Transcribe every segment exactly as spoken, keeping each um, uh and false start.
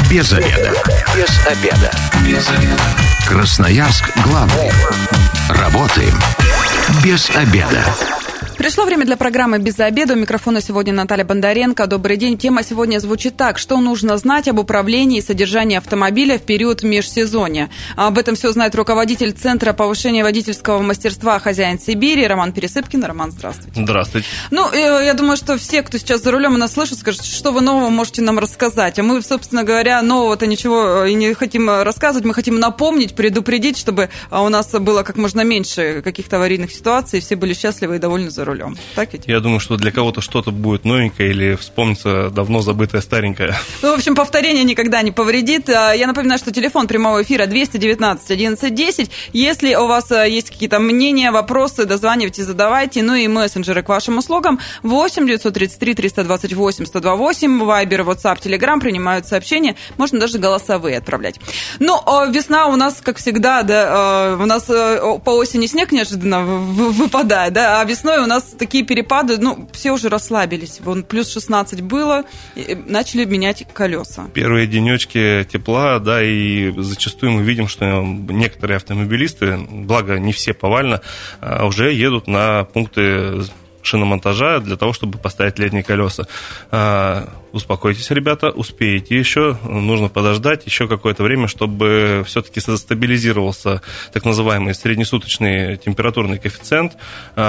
Без обеда. Без обеда. Без обеда. Красноярск главный. Работаем без обеда. Пришло время для программы «Без обеда». У микрофона сегодня Наталья Бондаренко. Добрый день. Тема сегодня звучит так. Что нужно знать об управлении и содержании автомобиля в период межсезонья? Об этом все знает руководитель Центра повышения водительского мастерства «Хозяин Сибири» Роман Пересыпкин. Роман, здравствуйте. Здравствуйте. Ну, я думаю, что все, кто сейчас за рулем и нас слышит, скажут, что вы нового можете нам рассказать. А мы, собственно говоря, нового-то ничего и не хотим рассказывать. Мы хотим напомнить, предупредить, чтобы у нас было как можно меньше каких-то аварийных ситуаций, все были счастливы и довольны за рулем. Рулем. Так ведь? Я думаю, что для кого-то что-то будет новенькое или вспомнится давно забытое старенькое. Ну, в общем, повторение никогда не повредит. Я напоминаю, что телефон прямого эфира двести девятнадцать одиннадцать десять. Если у вас есть какие-то мнения, вопросы, дозванивайте, задавайте. Ну и мессенджеры к вашим услугам. восемь девятьсот тридцать три триста двадцать восемь сто двадцать восемь. Вайбер, WhatsApp, Telegram принимают сообщения. Можно даже голосовые отправлять. Ну, весна у нас, как всегда, да, у нас по осени снег неожиданно выпадает, да, а весной у нас такие перепады, ну, все уже расслабились. Вон плюс шестнадцать было, начали менять колеса. Первые денечки тепла, да, и зачастую мы видим, что некоторые автомобилисты, благо не все повально, уже едут на пункты шиномонтажа для того, чтобы поставить летние колеса. Успокойтесь, ребята, успеете еще, нужно подождать еще какое-то время, чтобы все-таки застабилизировался так называемый среднесуточный температурный коэффициент.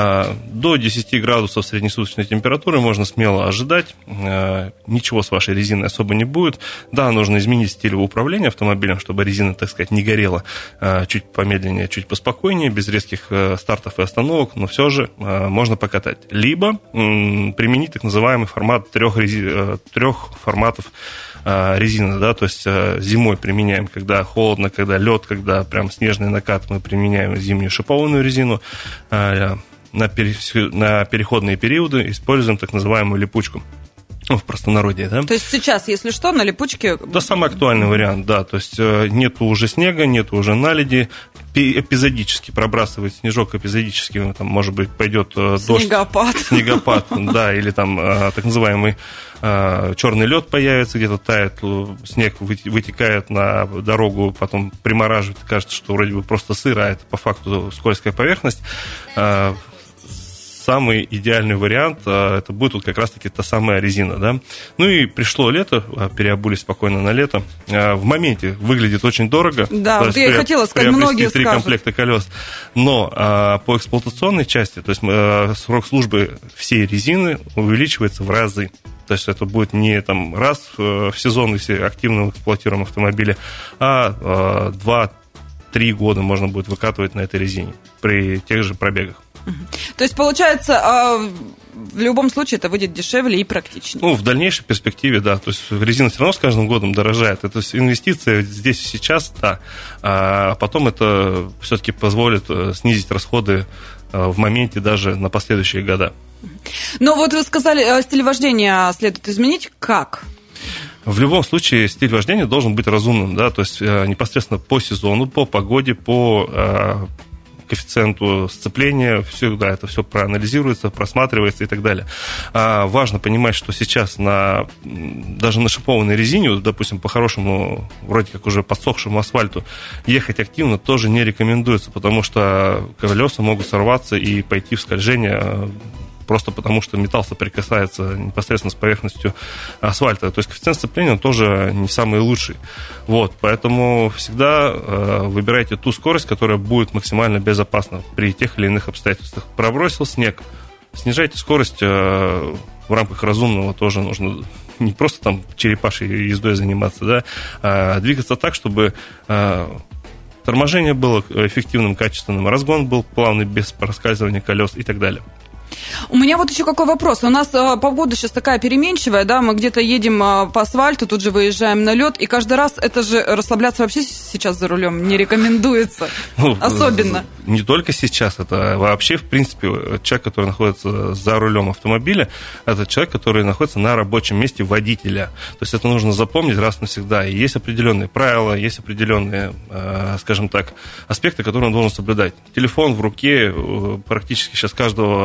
До десяти градусов среднесуточной температуры можно смело ожидать, ничего с вашей резиной особо не будет. Да, нужно изменить стиль управления автомобилем, чтобы резина, так сказать, не горела, чуть помедленнее, чуть поспокойнее, без резких стартов и остановок, но все же можно покатать. Либо применить так называемый формат трех резин, трех форматов резины, да, то есть зимой применяем, когда холодно, когда лед, когда прям снежный накат, мы применяем зимнюю шипованную резину, на переходные периоды используем так называемую липучку. В простонародье, да? То есть сейчас, если что, на липучке... Да, самый актуальный вариант, да. То есть нету уже снега, нету уже наледи. Эпизодически пробрасывает снежок, эпизодически, там, может быть, пойдет дождь. Снегопад. Снегопад, да, или там так называемый черный лед появится, где-то тает, снег вытекает на дорогу, потом примораживает, кажется, что вроде бы просто сыро, а это по факту скользкая поверхность. Самый идеальный вариант, это будет вот как раз-таки та самая резина, да. Ну и пришло лето, переобулись спокойно на лето. В моменте выглядит очень дорого. Да, вот я и хотела сказать, многие три скажут. комплекта колес. Но по эксплуатационной части, то есть срок службы всей резины увеличивается в разы. То есть это будет не там, раз в сезон, если активно эксплуатируем автомобили, а два-три года можно будет выкатывать на этой резине при тех же пробегах. То есть, получается, в любом случае это выйдет дешевле и практичнее. Ну, в дальнейшей перспективе, да. То есть резина все равно с каждым годом дорожает. Это инвестиция здесь и сейчас, да. А потом это все-таки позволит снизить расходы в моменте даже на последующие года. Ну, вот вы сказали, стиль вождения следует изменить. Как? В любом случае стиль вождения должен быть разумным, да, то есть непосредственно по сезону, по погоде, по коэффициенту сцепления, всегда это все проанализируется, просматривается и так далее. А важно понимать, что сейчас на, даже на шипованной резине, допустим, по хорошему, вроде как уже подсохшему асфальту, ехать активно тоже не рекомендуется, потому что колеса могут сорваться и пойти в скольжение, просто потому что металл соприкасается непосредственно с поверхностью асфальта. То есть коэффициент сцепления тоже не самый лучший. Вот, поэтому всегда э, выбирайте ту скорость, которая будет максимально безопасна при тех или иных обстоятельствах. Пробросил снег, снижайте скорость э, в рамках разумного, тоже нужно не просто там черепашьей ездой заниматься, да, а двигаться так, чтобы э, торможение было эффективным, качественным, разгон был плавный, без проскальзывания колес и так далее. У меня вот еще какой вопрос. У нас а, погода сейчас такая переменчивая, да, мы где-то едем а, по асфальту, тут же выезжаем на лед, и каждый раз это же расслабляться вообще сейчас за рулем не рекомендуется. Ну, особенно. Не только сейчас, это вообще, в принципе, человек, который находится за рулем автомобиля, это человек, который находится на рабочем месте водителя. То есть это нужно запомнить раз навсегда. И есть определенные правила, есть определенные, скажем так, аспекты, которые он должен соблюдать. Телефон в руке практически сейчас каждого автомобиля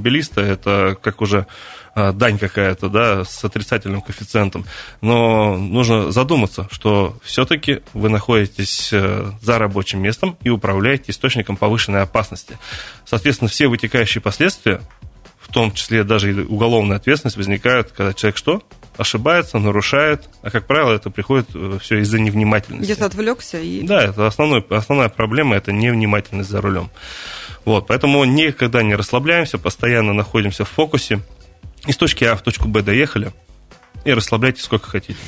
автомобилиста, это как уже дань какая-то, да, с отрицательным коэффициентом. Но нужно задуматься, что все-таки вы находитесь за рабочим местом и управляете источником повышенной опасности. Соответственно, все вытекающие последствия, в том числе даже и уголовная ответственность, возникают, когда человек что? Ошибается, нарушает, а, как правило, это приходит все из-за невнимательности. Где-то отвлекся и... Да, это основной, основная проблема, это невнимательность за рулем. Вот, поэтому никогда не расслабляемся, постоянно находимся в фокусе. Из точки А в точку Б доехали, и расслабляйтесь сколько хотите.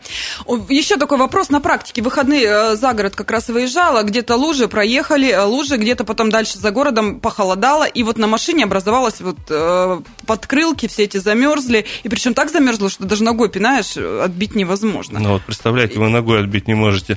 Еще такой вопрос на практике. В выходные за город как раз выезжала, где-то лужи, проехали лужи, где-то потом дальше за городом похолодало, и вот на машине образовалась вот э, подкрылки, все эти замерзли, и причем так замерзло, что даже ногой пинаешь, отбить невозможно. Ну вот представляете, вы ногой отбить не можете.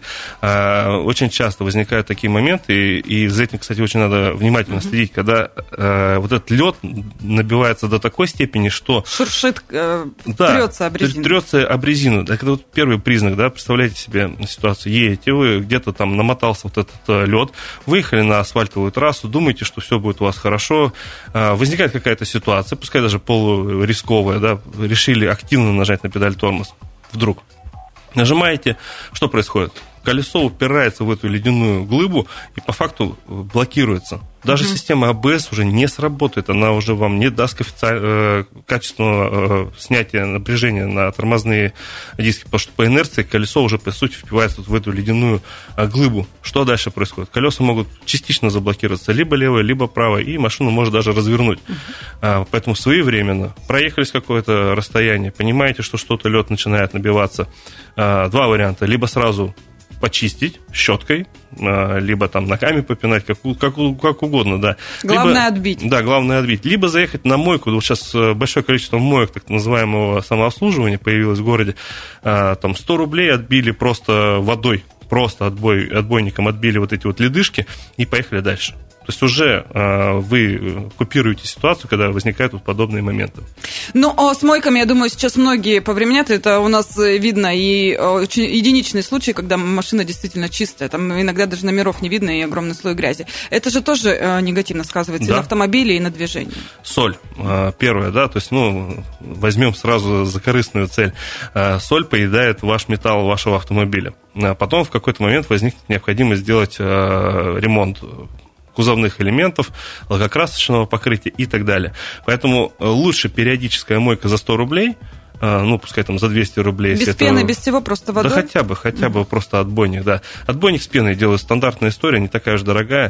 А, очень часто возникают такие моменты, и, и за этим, кстати, очень надо внимательно mm-hmm. следить, когда а, вот этот лед набивается до такой степени, что... Шуршит, э, да, трется об резину. Трется об резину. Это вот первый признак, да, представляете себе ситуацию. Едете, вы где-то там намотался вот этот лед, выехали на асфальтовую трассу, думаете, что все будет у вас хорошо, возникает какая-то ситуация, пускай даже полурисковая, да, решили активно нажать на педаль тормоз. Вдруг нажимаете, что происходит? Колесо упирается в эту ледяную глыбу и по факту блокируется. Даже mm-hmm. система А Б С уже не сработает, она уже вам не даст коэффици... качественного снятия напряжения на тормозные диски, потому что по инерции колесо уже, по сути, впивается в эту ледяную глыбу. Что дальше происходит? Колеса могут частично заблокироваться, либо левое, либо правое, и машину может даже развернуть. Mm-hmm. Поэтому своевременно проехались какое-то расстояние, понимаете, что что-то лед начинает набиваться. Два варианта. Либо сразу почистить щеткой, либо там ногами попинать, как, как, как угодно, да. Главное либо, отбить. Да, главное отбить. Либо заехать на мойку. Вот сейчас большое количество моек, так называемого самообслуживания появилось в городе. Там сто рублей отбили просто водой, просто отбой, отбойником отбили вот эти вот ледышки и поехали дальше. То есть уже э, вы купируете ситуацию, когда возникают вот подобные моменты. Ну, а с мойками, я думаю, сейчас многие повременят. Это у нас видно и очень единичные случаи, когда машина действительно чистая. Там иногда даже номеров не видно и огромный слой грязи. Это же тоже э, негативно сказывается, да, и на автомобиле, и на движении. Соль. Э, первое, да, то есть, ну, возьмем сразу закорыстную цель. Э, соль поедает ваш металл вашего автомобиля. А потом в какой-то момент возникнет необходимость сделать э, ремонт кузовных элементов, лакокрасочного покрытия и так далее. Поэтому лучше периодическая мойка за сто рублей, ну, пускай там за двести рублей. Без пены, это... без всего, просто водой? Да хотя бы, хотя бы mm-hmm. просто отбойник, да. Отбойник с пеной делают стандартная история, не такая уж дорогая.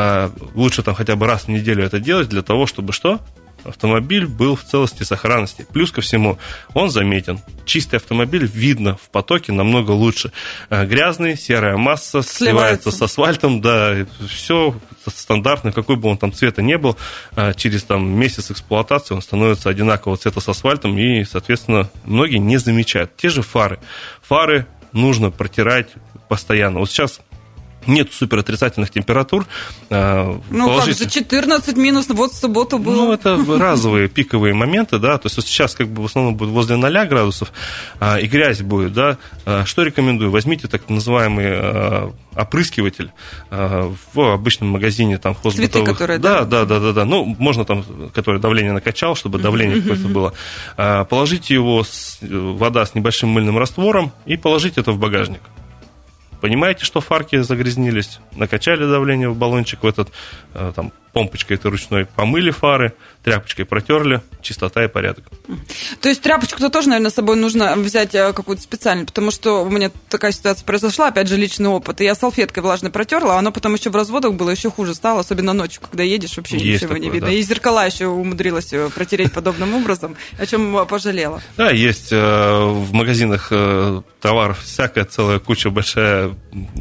Лучше там хотя бы раз в неделю это делать для того, чтобы что? Автомобиль был в целости и сохранности. Плюс ко всему, он заметен. Чистый автомобиль видно в потоке намного лучше. Грязный, серая масса, сливается, сливается с асфальтом, да, все стандартно, какой бы он там цвета не был, через там, месяц эксплуатации он становится одинакового цвета с асфальтом, и, соответственно, многие не замечают. Те же фары. Фары нужно протирать постоянно. Вот сейчас нет суперотрицательных температур. Ну, положить... как же, четырнадцать минус, вот в субботу было. Ну, это разовые пиковые моменты, да, то есть вот сейчас как бы в основном будет возле ноля градусов, а, и грязь будет, да. А, что рекомендую? Возьмите так называемый а, опрыскиватель а, в обычном магазине там хозбытовых. Цветы, которые, да? Да, да, да, да, ну, можно там, который давление накачал, чтобы давление какое-то было. А, положите его, с, вода с небольшим мыльным раствором, и положите это в багажник. Понимаете, что фарки загрязнились, накачали давление в баллончик в этот, там, помпочкой этой ручной, помыли фары, тряпочкой протерли, чистота и порядок. То есть тряпочку-то тоже, наверное, с собой нужно взять какую-то специальную, потому что у меня такая ситуация произошла, опять же, личный опыт, и я салфеткой влажной протерла, а оно потом еще в разводах было еще хуже стало, особенно ночью, когда едешь, вообще есть ничего такое, не видно. Да. И зеркала еще умудрилась протереть подобным образом, о чем пожалела. Да, есть в магазинах товаров всякая целая куча большая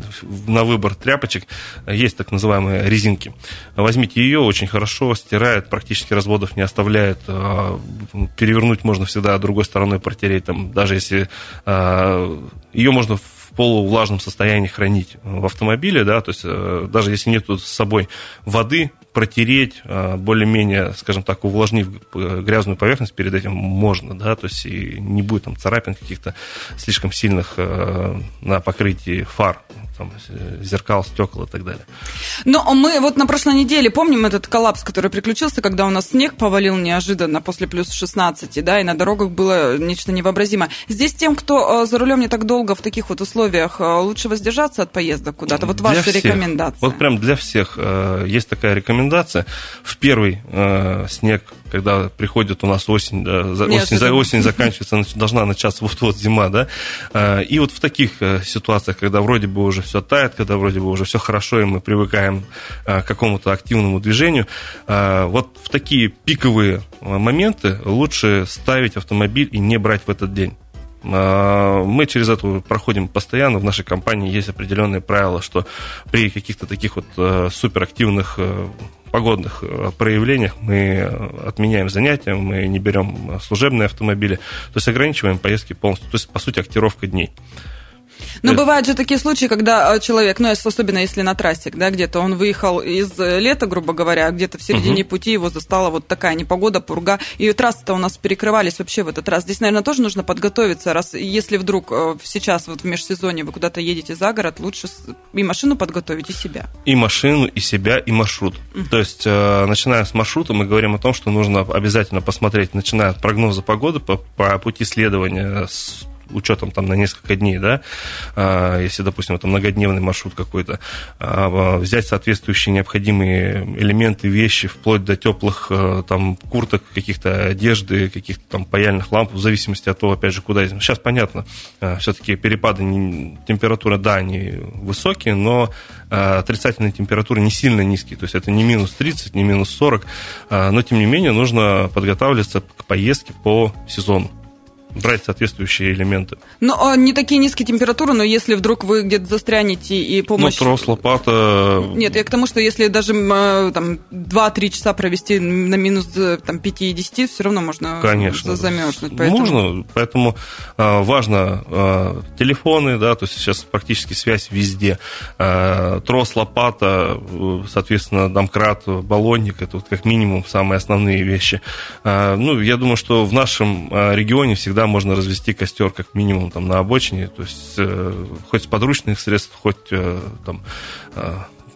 на выбор тряпочек, есть так называемые резинки. Возьмите ее, очень хорошо стирает, практически разводов не оставляет. Перевернуть можно всегда другой стороной, протереть, там, даже если ее можно в полувлажном состоянии хранить в автомобиле, да, то есть даже если нет с собой воды, протереть, более-менее, скажем так, увлажнив грязную поверхность, перед этим можно, да, то есть и не будет там царапин каких-то слишком сильных на покрытии фар. там, зеркал, стекол и так далее. Но мы вот на прошлой неделе помним этот коллапс, который приключился, когда у нас снег повалил неожиданно после плюс шестнадцати, да, и на дорогах было нечто невообразимое. Здесь тем, кто за рулем не так долго в таких вот условиях, лучше воздержаться от поездок куда-то. Вот для ваша всех. Рекомендация. Вот прям для всех есть такая рекомендация. В первый снег, когда приходит у нас осень, да, осень, осень заканчивается, должна начаться вот-вот зима, да, и вот в таких ситуациях, когда вроде бы уже все тает, когда вроде бы уже все хорошо, и мы привыкаем к какому-то активному движению, вот в такие пиковые моменты лучше ставить автомобиль и не брать в этот день. Мы через это проходим постоянно. В нашей компании есть определенные правила, что при каких-то таких вот суперактивных погодных проявлениях мы отменяем занятия, мы не берем служебные автомобили, то есть ограничиваем поездки полностью. То есть, по сути, актировка дней. Но бывают же такие случаи, когда человек, ну, особенно если на трассе, да, где-то он выехал из лета, грубо говоря, где-то в середине uh-huh. пути его застала вот такая непогода, пурга, и трассы-то у нас перекрывались вообще в этот раз. Здесь, наверное, тоже нужно подготовиться, раз если вдруг сейчас вот в межсезонье вы куда-то едете за город, лучше и машину подготовить, и себя. И машину, и себя, и маршрут. Uh-huh. То есть, начиная с маршрута, мы говорим о том, что нужно обязательно посмотреть, начиная от прогноза погоды по, по пути следования с учетом там на несколько дней, да, если, допустим, это многодневный маршрут какой-то, взять соответствующие необходимые элементы, вещи, вплоть до теплых там курток, каких-то одежды, каких-то там паяльных ламп, в зависимости от того, опять же, куда едем. Сейчас понятно, все-таки перепады температуры, да, они высокие, но отрицательные температуры не сильно низкие, то есть это не минус тридцать, не минус сорок, но, тем не менее, нужно подготавливаться к поездке по сезону, брать соответствующие элементы. Ну, не такие низкие температуры, но если вдруг вы где-то застрянете и помощь... Ну, трос, лопата... Нет, я к тому, что если даже там два-три часа провести на минус там, пять-десять, все равно можно Конечно. замерзнуть. Поэтому... Можно, поэтому а, важно а, телефоны, да, то есть сейчас практически связь везде. А, трос, лопата, соответственно, домкрат, баллонник, это вот как минимум самые основные вещи. А, ну, я думаю, что в нашем регионе всегда можно развести костер как минимум там, на обочине, то есть э, хоть с подручных средств, хоть э, там, э,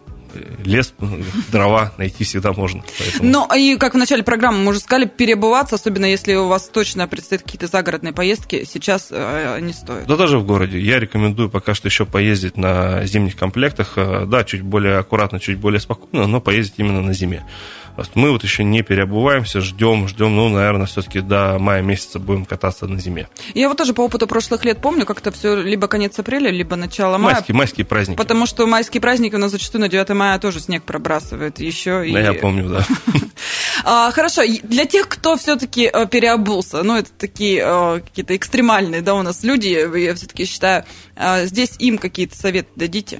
лес, дрова найти всегда можно. Поэтому... Ну, и как в начале программы мы уже сказали, переобуваться, особенно если у вас точно предстоят какие-то загородные поездки, сейчас э, не стоит. Да даже в городе. Я рекомендую пока что еще поездить на зимних комплектах. Да, чуть более аккуратно, чуть более спокойно, но поездить именно на зиме. Мы вот еще не переобуваемся, ждем, ждем, ну, наверное, все-таки до мая месяца будем кататься на зиме. Я вот тоже по опыту прошлых лет помню, как-то все либо конец апреля, либо начало мая. Майские, майские праздники. Потому что майские праздники у нас зачастую на девятое мая тоже снег пробрасывает еще. Да, и... я помню, да. Хорошо, для тех, кто все-таки переобулся, ну, это такие какие-то экстремальные, да, у нас люди, я все-таки считаю, здесь им какие-то советы дадите?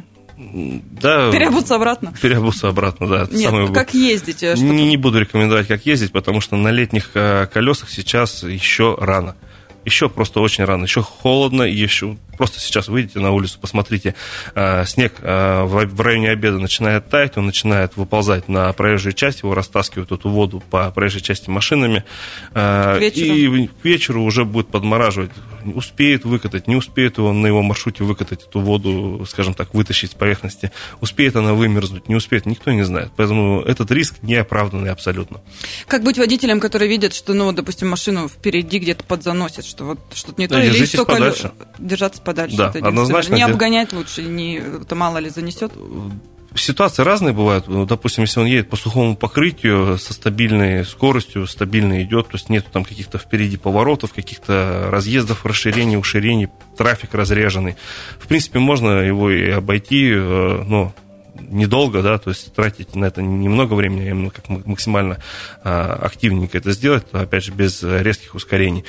Да, переобуться обратно? Переобуться обратно, да. Нет, самое... как ездить? Чтобы... Не, не буду рекомендовать, как ездить, потому что на летних колесах сейчас еще рано. Еще просто очень рано, еще холодно, еще просто сейчас выйдите на улицу, посмотрите, э, снег э, в, в районе обеда начинает таять, он начинает выползать на проезжую часть, его растаскивают эту воду по проезжей части машинами, э, и к вечеру уже будет подмораживать. Успеет выкатать, не успеет он на его маршруте выкатать эту воду, скажем так, вытащить с поверхности, успеет она вымерзнуть, не успеет, никто не знает. Поэтому этот риск неоправданный абсолютно. Как быть водителем, которые видят, что, ну, допустим, машину впереди где-то подзаносит, что вот что-то не то, да, или что подальше. Держаться подальше. Да, однозначно. Не обгонять лучше, не, то мало ли занесет. Ситуации разные бывают. Допустим, если он едет по сухому покрытию со стабильной скоростью, стабильно идет, то есть нету там каких-то впереди поворотов, каких-то разъездов, расширений, уширений, трафик разреженный. В принципе, можно его и обойти, но недолго, да, то есть тратить на это немного времени, именно как максимально а, активненько это сделать, опять же, без резких ускорений.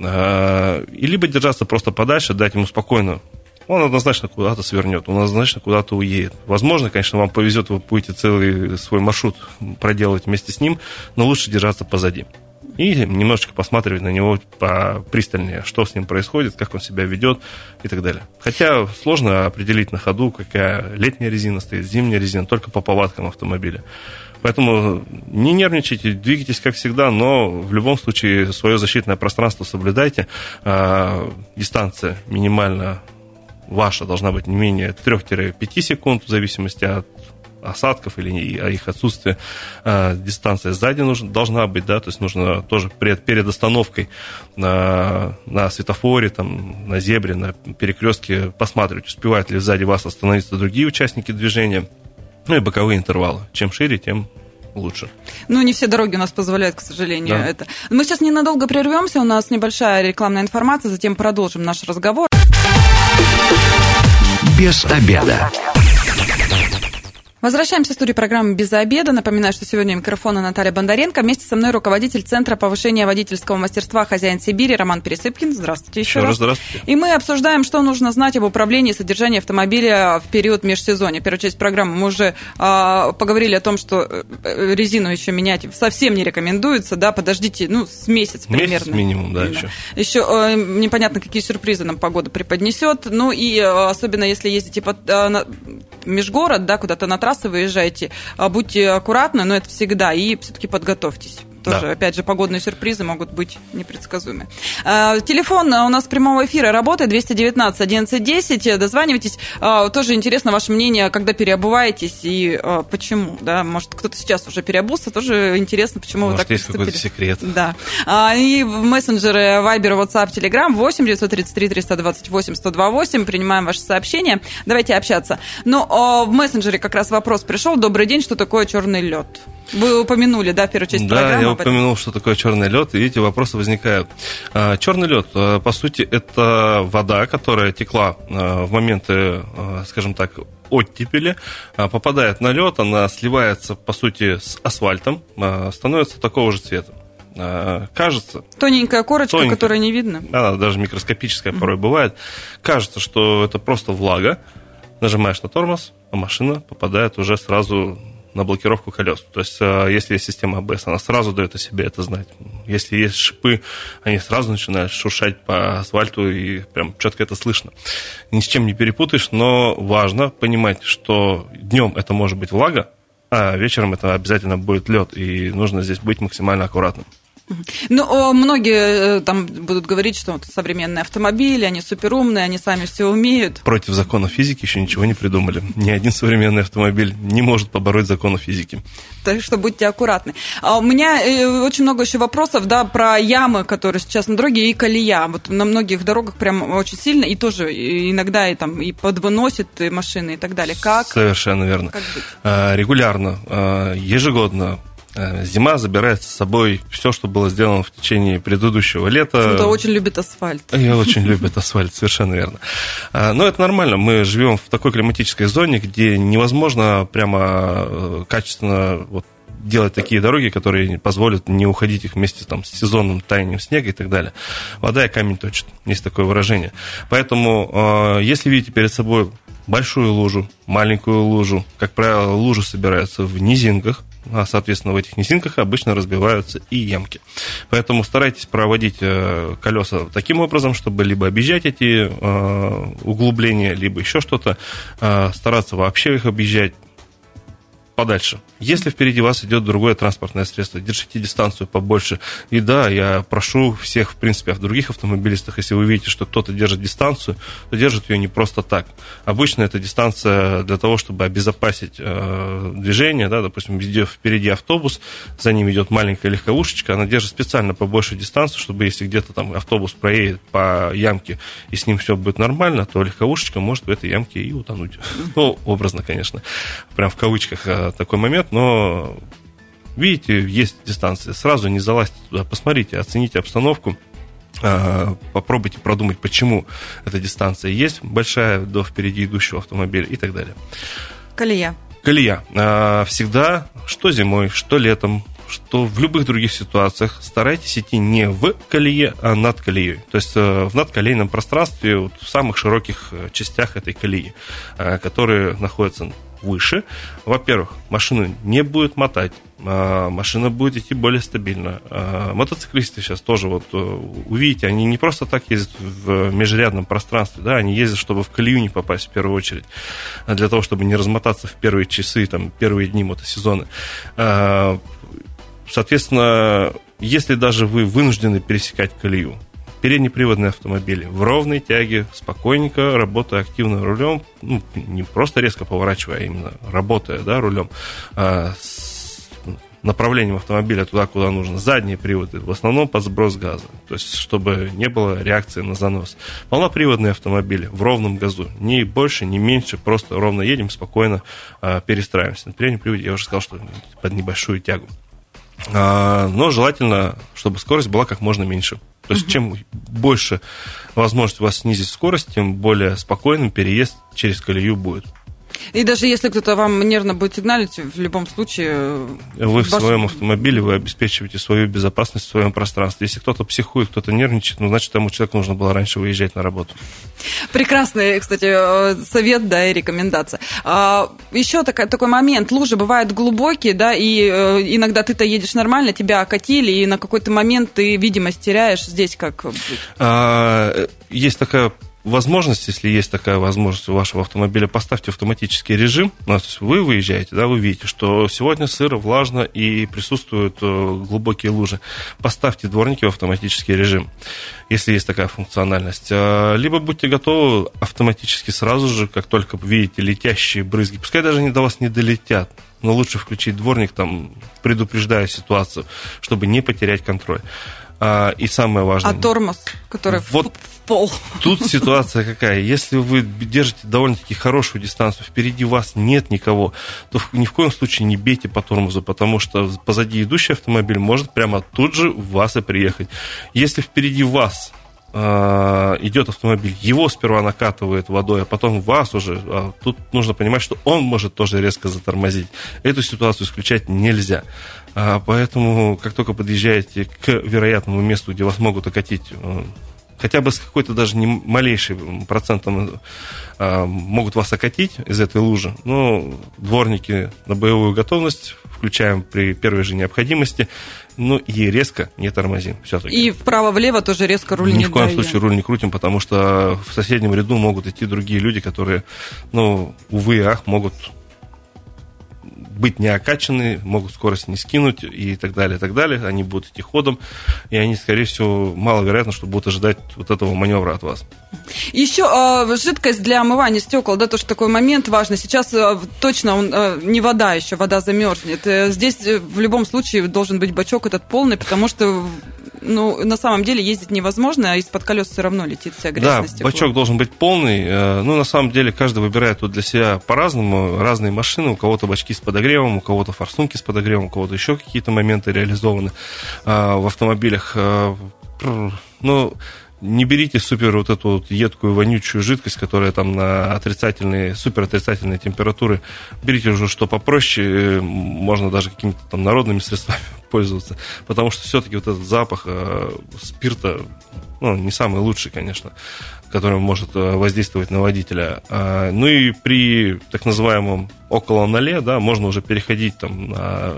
А, и либо держаться просто подальше, дать ему спокойно. Он однозначно куда-то свернет, он однозначно куда-то уедет. Возможно, конечно, вам повезет, вы будете целый свой маршрут проделывать вместе с ним, но лучше держаться позади. И немножечко посматривать на него попристальнее, что с ним происходит, как он себя ведет и так далее. Хотя сложно определить на ходу, какая летняя резина стоит, зимняя резина, только по повадкам автомобиля. Поэтому не нервничайте, двигайтесь как всегда, но в любом случае свое защитное пространство соблюдайте. Дистанция минимально ваша должна быть не менее три-пять секунд, в зависимости от осадков или их отсутствия. Дистанция сзади нужна, должна быть, да, то есть нужно тоже перед, перед остановкой на, на светофоре, там, на зебре, на перекрестке посматривать, успевают ли сзади вас остановиться другие участники движения. Ну и боковые интервалы. Чем шире, тем лучше. Ну, не все дороги у нас позволяют, к сожалению, да. это. Мы сейчас ненадолго прервемся, у нас небольшая рекламная информация, затем продолжим наш разговор. Без обеда. Возвращаемся в студию программы «Без обеда». Напоминаю, что сегодня у микрофона Наталья Бондаренко. Вместе со мной руководитель Центра повышения водительского мастерства «Хозяин Сибири» Роман Пересыпкин. Здравствуйте еще, еще раз. Здравствуйте. И мы обсуждаем, что нужно знать об управлении и содержании автомобиля в период межсезонья. Первая часть программы мы уже а, поговорили о том, что резину еще менять совсем не рекомендуется. Да, подождите, ну, с месяц примерно. Месяц минимум, да, да. еще. Еще а, непонятно, какие сюрпризы нам погода преподнесет. Ну и а, особенно, если ездите под, а, на, межгород, да, куда-то на трассы выезжаете, будьте аккуратны, но это всегда, и все-таки подготовьтесь. Тоже, да. Опять же, погодные сюрпризы могут быть непредсказуемы. Телефон у нас прямого эфира работает, двести девятнадцать одиннадцать десять, дозванивайтесь. Тоже интересно ваше мнение, когда переобуваетесь и почему. Да? Может, кто-то сейчас уже переобулся, тоже интересно, почему Может, вы так есть поступили. какой-то секрет. Да. И в мессенджеры Viber, WhatsApp, Telegram восемь девятьсот тридцать три триста двадцать восемь сто двадцать восемь. Принимаем ваши сообщения. Давайте общаться. Но в мессенджере как раз вопрос пришел. Добрый день, что такое черный лед? Вы упомянули, да, в первую часть да, программы? Да, я упомянул, что такое черный лед, и эти вопросы возникают. Черный лед, по сути, это вода, которая текла в моменты, скажем так, оттепели, попадает на лед, она сливается, по сути, с асфальтом, становится такого же цвета. Кажется... Тоненькая корочка, тоненькая, которая не видно. Она даже микроскопическая порой mm-hmm. бывает. Кажется, что это просто влага. Нажимаешь на тормоз, а машина попадает уже сразу на блокировку колес. То есть, если есть система эй би эс, она сразу дает о себе это знать. Если есть шипы, они сразу начинают шуршать по асфальту, и прям четко это слышно. Ни с чем не перепутаешь, но важно понимать, что днем это может быть влага, а вечером это обязательно будет лед, и нужно здесь быть максимально аккуратным. Ну, многие там будут говорить, что вот современные автомобили, они суперумные, они сами все умеют. Против закона физики еще ничего не придумали. Ни один современный автомобиль не может побороть законы физики. Так что будьте аккуратны. А у меня очень много еще вопросов, да, про ямы, которые сейчас на дороге, и колея. Вот на многих дорогах прям очень сильно, и тоже иногда и, там, и подвыносит и машины и так далее. Как? Совершенно верно. Как быть? Регулярно, ежегодно зима забирает с собой все, что было сделано в течение предыдущего лета. Кто-то очень любит асфальт. Я очень любят асфальт, совершенно верно. Но это нормально. Мы живем в такой климатической зоне, где невозможно прямо качественно вот делать такие дороги, которые позволят не уходить их вместе там, с сезонным таянием снега и так далее. Вода и камень точит. Есть такое выражение. Поэтому, если видите перед собой большую лужу, маленькую лужу, как правило, лужи собираются в низинках, а, соответственно, в этих низинках обычно разбиваются и ямки. Поэтому старайтесь проводить колеса таким образом, чтобы либо объезжать эти углубления, либо еще что-то, стараться вообще их объезжать подальше. Если впереди вас идет другое транспортное средство, держите дистанцию побольше. И да, я прошу всех, в принципе, в других автомобилистах, если вы видите, что кто-то держит дистанцию, то держит ее не просто так. Обычно это дистанция для того, чтобы обезопасить э, движение. Да, допустим, идет впереди автобус, за ним идет маленькая легковушечка, она держит специально побольше дистанцию, чтобы если где-то там автобус проедет по ямке, и с ним все будет нормально, то легковушечка может в этой ямке и утонуть. Ну, образно, конечно. Прям в кавычках такой момент, но видите, есть дистанция, сразу не залазьте туда, посмотрите, оцените обстановку, попробуйте продумать, почему эта дистанция есть большая до впереди идущего автомобиля и так далее. Колея. Колея. Всегда, что зимой, что летом, что в любых других ситуациях старайтесь идти не в колее, а над колеей. То есть в надколейном пространстве, вот в самых широких частях этой колеи, которые находятся выше. Во-первых, машину не будет мотать, машина будет идти более стабильно. Мотоциклисты сейчас тоже вот увидите, они не просто так ездят в межрядном пространстве, да, они ездят, чтобы в колею не попасть в первую очередь, для того, чтобы не размотаться в первые часы, там, первые дни мотосезона. Соответственно, если даже вы вынуждены пересекать колею, переднеприводные автомобили в ровной тяге, спокойненько, работая активно рулем, ну, не просто резко поворачивая, а именно работая, да, рулем, а, с направлением автомобиля туда, куда нужно. Задние приводы, в основном под сброс газа, то есть чтобы не было реакции на занос. Полноприводные автомобили в ровном газу, ни больше, ни меньше, просто ровно едем, спокойно а, перестраиваемся. На переднем приводе я уже сказал, что под небольшую тягу. А, но желательно, чтобы скорость была как можно меньше. То есть, uh-huh. чем больше возможность у вас снизить скорость, тем более спокойным переезд через колею будет. И даже если кто-то вам нервно будет сигналить, в любом случае... Вы в ваш... своем автомобиле, вы обеспечиваете свою безопасность в своем пространстве. Если кто-то психует, кто-то нервничает, ну, значит, тому человеку нужно было раньше выезжать на работу. Прекрасный, кстати, совет, да, и рекомендация. А, еще такой, такой момент. Лужи бывают глубокие, да, и э, иногда ты-то едешь нормально, тебя окатили, и на какой-то момент ты видимость теряешь. Здесь как быть? А, есть такая... возможность, если есть такая возможность у вашего автомобиля, поставьте автоматический режим. То есть вы выезжаете, да, вы видите, что сегодня сыро, влажно и присутствуют глубокие лужи. Поставьте дворники в автоматический режим, если есть такая функциональность. Либо будьте готовы автоматически сразу же, как только видите летящие брызги, пускай даже они до вас не долетят, но лучше включить дворник, там, предупреждая ситуацию, чтобы не потерять контроль. И самое важное... А тормоз, который вот в пол? Тут ситуация какая. Если вы держите довольно-таки хорошую дистанцию, впереди вас нет никого, то ни в коем случае не бейте по тормозу, потому что позади идущий автомобиль может прямо тут же в вас и приехать. Если впереди вас идет автомобиль, его сперва накатывает водой, а потом вас уже, тут нужно понимать, что он может тоже резко затормозить. Эту ситуацию исключать нельзя. Поэтому, как только подъезжаете к вероятному месту, где вас могут окатить, хотя бы с какой-то даже не малейшим процентом могут вас окатить из этой лужи, но дворники на боевую готовность включаем при первой же необходимости, ну и резко не тормозим все-таки. И вправо-влево тоже резко руль не Ни в коем случае руль не крутим, потому что в соседнем ряду могут идти другие люди, которые, ну, увы и ах, могут быть не окачаны, могут скорость не скинуть и так далее, и так далее. Они будут идти ходом, и они, скорее всего, маловероятно, что будут ожидать вот этого маневра от вас. Еще э, жидкость для омывания стекол, да, тоже такой момент важный. Сейчас э, точно он, э, не вода еще, вода замерзнет. Э, здесь э, в любом случае должен быть бачок этот полный, потому что, ну, на самом деле ездить невозможно, а из-под колес все равно летит вся грязь да, на стекло. Бачок должен быть полный. Э, ну, на самом деле, каждый выбирает вот для себя по-разному. Разные машины, у кого-то бачки с подогревом, у кого-то форсунки с подогревом, у кого-то еще какие-то моменты реализованы э, в автомобилях. Э, ну, не берите супер вот эту вот едкую, вонючую жидкость, которая там на отрицательные, супер отрицательные температуры. Берите уже что попроще, можно даже какими-то там народными средствами пользоваться, потому что все-таки вот этот запах э, спирта, ну, не самый лучший, конечно, который может воздействовать на водителя. А, ну и при так называемом около ноле, да, можно уже переходить там на...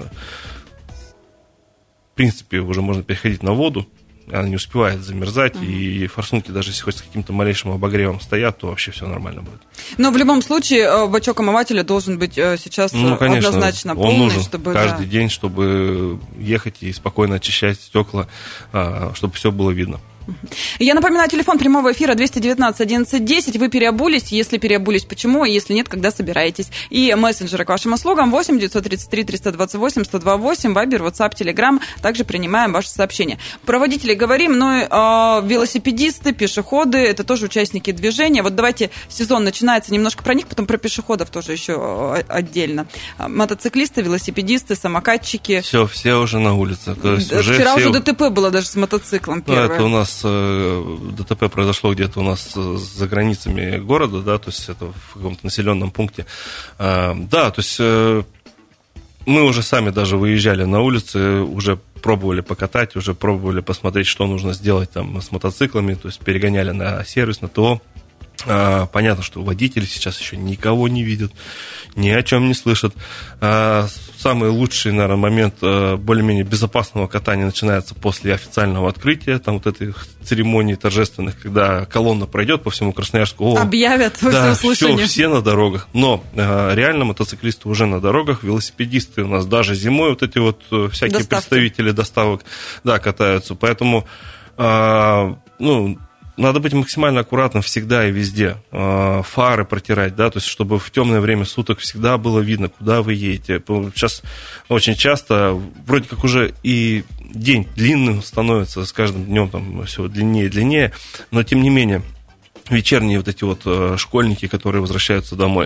В принципе, уже можно переходить на воду, она не успевает замерзать, mm-hmm. и форсунки, даже если хоть с каким-то малейшим обогревом стоят, то вообще все нормально будет. Но в любом случае бачок омывателя должен быть сейчас ну, конечно, однозначно полный. Он нужен чтобы, каждый да. день, чтобы ехать и спокойно очищать стекла, чтобы все было видно. Я напоминаю, телефон прямого эфира двести девятнадцать одиннадцать десять. Вы переобулись? Если переобулись, почему? Если нет, когда собираетесь? И мессенджеры к вашим услугам восемь девятьсот тридцать три триста двадцать восемь сто двадцать восемь, Вайбер, WhatsApp, Telegram. Также принимаем ваши сообщения. Про водителей говорим, но э, велосипедисты, пешеходы, это тоже участники движения. Вот давайте, сезон начинается, немножко про них, потом про пешеходов тоже еще отдельно. Мотоциклисты, велосипедисты, самокатчики. Все, все уже на улице. То есть Вчера уже, все... уже ДТП было даже с мотоциклом первое. Ну, это у нас ДТП произошло где-то у нас за границами города, да, то есть это в каком-то населенном пункте. Да, то есть мы уже сами даже выезжали на улицы, уже пробовали покатать, уже пробовали посмотреть, что нужно сделать там с мотоциклами, то есть перегоняли на сервис, на ТО. Понятно, что водители сейчас еще никого не видят, ни о чем не слышат. Самый лучший, наверное, момент более-менее безопасного катания начинается после официального открытия, там вот этой церемонии торжественных, когда колонна пройдет по всему Красноярску. О, объявят по да, всеуслышанию. Все, все на дорогах. Но реально мотоциклисты уже на дорогах, велосипедисты у нас даже зимой вот эти вот всякие Доставки. представители доставок, да, катаются. Поэтому ну, надо быть максимально аккуратным всегда и везде. Фары протирать, да, то есть чтобы в темное время суток всегда было видно, куда вы едете. Сейчас очень часто вроде как уже и день длинным становится, с каждым днем там все длиннее и длиннее, но тем не менее вечерние вот эти вот школьники, которые возвращаются домой,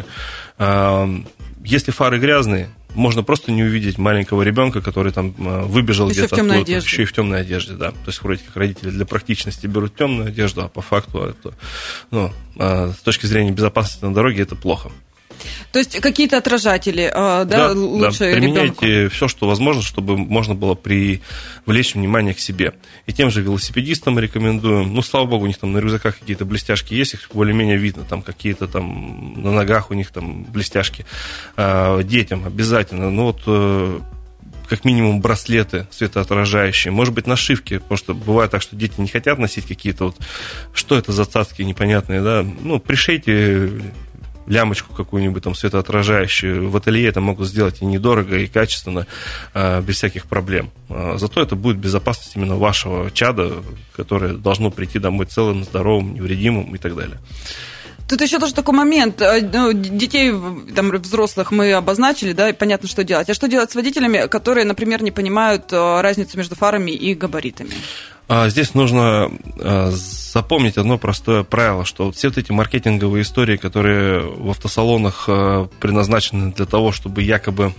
если фары грязные, можно просто не увидеть маленького ребенка, который там выбежал еще где-то в темной откуда-то, одежде. еще и в темной одежде, да. То есть вроде как родители для практичности берут темную одежду, а по факту это, ну, с точки зрения безопасности на дороге это плохо. То есть какие-то отражатели, да, да лучше да. Применяйте ребенку. все, что возможно, чтобы можно было привлечь внимание к себе. И тем же велосипедистам рекомендуем. Ну, слава богу, у них там на рюкзаках какие-то блестяшки есть, их более-менее видно, там какие-то там на ногах у них там блестяшки. Детям обязательно. Ну, вот как минимум браслеты светоотражающие, может быть, нашивки, потому что бывает так, что дети не хотят носить какие-то вот, что это за цацки непонятные, да, ну, пришейте лямочку какую-нибудь там светоотражающую. В ателье это могут сделать и недорого, и качественно, без всяких проблем. Зато это будет безопасность именно вашего чада, которое должно прийти домой целым, здоровым, невредимым и так далее. Тут еще тоже такой момент. Детей, там, взрослых мы обозначили, да, и понятно, что делать. А что делать с водителями, которые, например, не понимают разницу между фарами и габаритами? Здесь нужно запомнить одно простое правило, что вот все вот эти маркетинговые истории, которые в автосалонах предназначены для того, чтобы якобы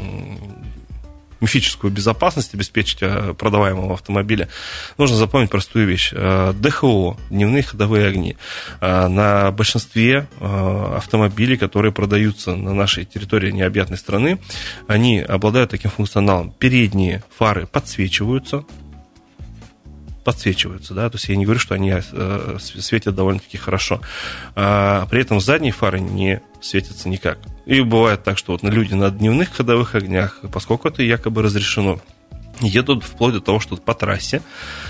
мифическую безопасность обеспечить продаваемого автомобиля, нужно запомнить простую вещь. ДХО, дневные ходовые огни, на большинстве автомобилей, которые продаются на нашей территории необъятной страны, они обладают таким функционалом. Передние фары подсвечиваются, подсвечиваются, да, то есть я не говорю, что они светят довольно-таки хорошо. А при этом задние фары не светятся никак. И бывает так, что вот люди на дневных ходовых огнях, поскольку это якобы разрешено, едут вплоть до того, что по трассе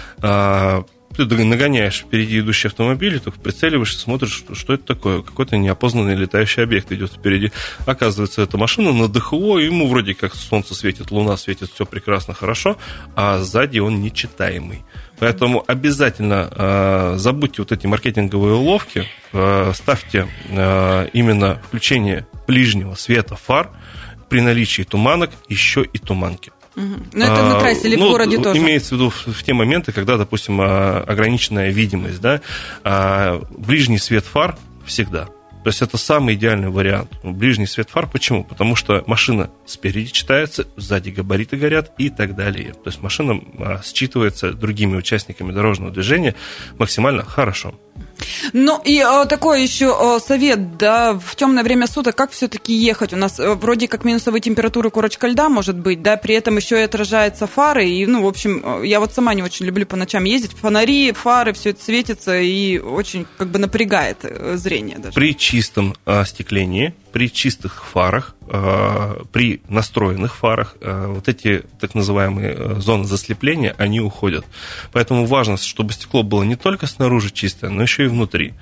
ты нагоняешь впереди идущий автомобиль, только прицеливаешься, смотришь, что, что это такое, какой-то неопознанный летающий объект идет впереди. Оказывается, это машина на ДХО, ему вроде как солнце светит, луна светит, все прекрасно, хорошо, а сзади он нечитаемый. Поэтому обязательно э, забудьте вот эти маркетинговые уловки, э, ставьте э, именно включение ближнего света фар при наличии туманок, еще и туманки. Угу. Но это на трассе или ну, в городе тоже? Имеется в виду в, в те моменты, когда, допустим, ограниченная видимость, да, ближний свет фар всегда. То есть это самый идеальный вариант. Ближний свет фар. Почему? Потому что машина спереди читается, сзади габариты горят и так далее. То есть машина считывается другими участниками дорожного движения максимально хорошо. Ну и а, такой еще а, совет, да, в темное время суток, как все-таки ехать? У нас а, вроде как минусовые температуры, корочка льда может быть, да, при этом еще и отражаются фары, и, ну, в общем, я вот сама не очень люблю по ночам ездить, фонари, фары, все это светится и очень как бы напрягает зрение даже. При чистом остеклении, при чистых фарах, при настроенных фарах вот эти так называемые зоны заслепления, они уходят. Поэтому важно, чтобы стекло было не только снаружи чистое, но еще и внутри.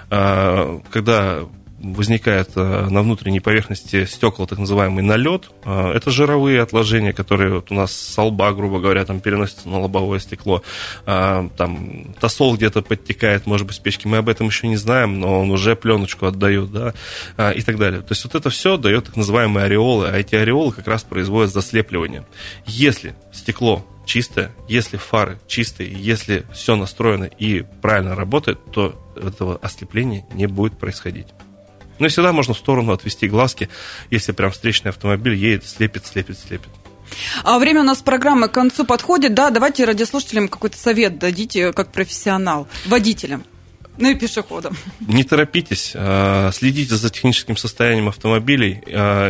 Когда возникает на внутренней поверхности стекла так называемый налет, это жировые отложения, которые вот у нас с лба, грубо говоря, там переносятся на лобовое стекло, там тосол где-то подтекает, может быть, с печки, мы об этом еще не знаем, но он уже пленочку отдает, да, и так далее. То есть вот это все дает так называемые ореолы, а эти ореолы как раз производят заслепливание. Если стекло чистое, если фары чистые, если все настроено и правильно работает, то этого ослепления не будет происходить. Но всегда можно в сторону отвести глазки, если прям встречный автомобиль едет, слепит, слепит, слепит. А время у нас программы к концу подходит, да, давайте радиослушателям какой-то совет дадите, как профессионал, водителям, ну и пешеходам. Не торопитесь, следите за техническим состоянием автомобилей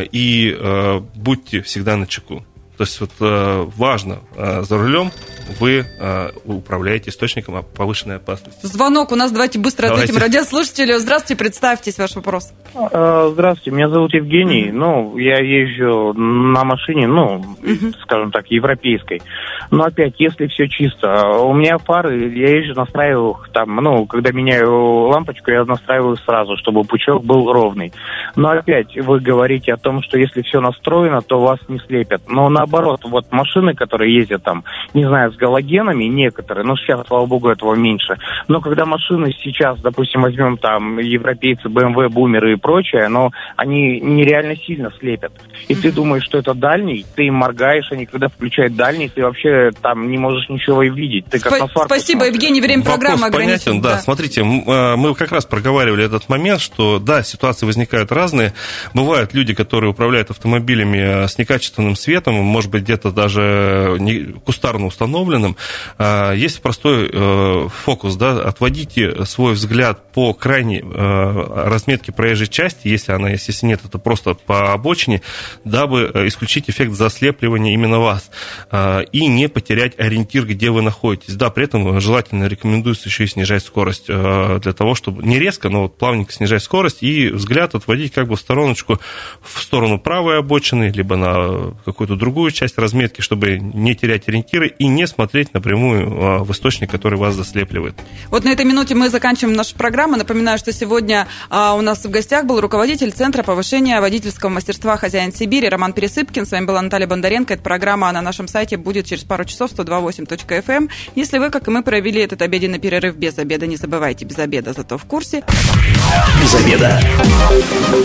и будьте всегда начеку. То есть вот важно, за рулем вы управляете источником повышенной опасности. Звонок у нас, давайте быстро давайте. ответим радиослушателю. Здравствуйте, представьтесь, ваш вопрос. Здравствуйте, меня зовут Евгений. Mm-hmm. Ну, я езжу на машине, ну, mm-hmm. скажем так, европейской. Но опять, если все чисто, у меня фары, я езжу, настраиваю там, ну, когда меняю лампочку, я настраиваю сразу, чтобы пучок был ровный. Но опять вы говорите о том, что если все настроено, то вас не слепят. Но наоборот, наоборот, вот машины, которые ездят там, не знаю, с галогенами, некоторые, ну, сейчас, слава богу, этого меньше. Но когда машины сейчас, допустим, возьмем там европейцы, бэ эм вэ, бумеры и прочее, но они нереально сильно слепят. И mm-hmm. ты думаешь, что это дальний, ты им моргаешь, они когда включают дальний, ты вообще там не можешь ничего и видеть. Ты как Спа- на сварку Спасибо, смотришь. Евгений, время Вопрос программы ограничено. понятен, да. да. Смотрите, мы как раз проговаривали этот момент, что, да, ситуации возникают разные. Бывают люди, которые управляют автомобилями с некачественным светом, может быть, где-то даже кустарно установленным. Есть простой фокус, да, отводите свой взгляд по крайней разметке проезжей части, если она есть, если нет, это просто по обочине, дабы исключить эффект заслепливания именно вас и не потерять ориентир, где вы находитесь. Да, при этом желательно рекомендуется еще и снижать скорость для того, чтобы не резко, но вот плавненько снижать скорость и взгляд отводить как бы в стороночку, в сторону правой обочины, либо на какую-то другую часть разметки, чтобы не терять ориентиры и не смотреть напрямую в источник, который вас заслепливает. Вот на этой минуте мы заканчиваем нашу программу. Напоминаю, что сегодня у нас в гостях был руководитель Центра повышения водительского мастерства «Хозяин Сибири» Роман Пересыпкин. С вами была Наталья Бондаренко. Эта программа на нашем сайте будет через пару часов, сто два восемь точка эф эм. Если вы, как и мы, провели этот обеденный перерыв без обеда, не забывайте, без обеда, зато в курсе. Без обеда.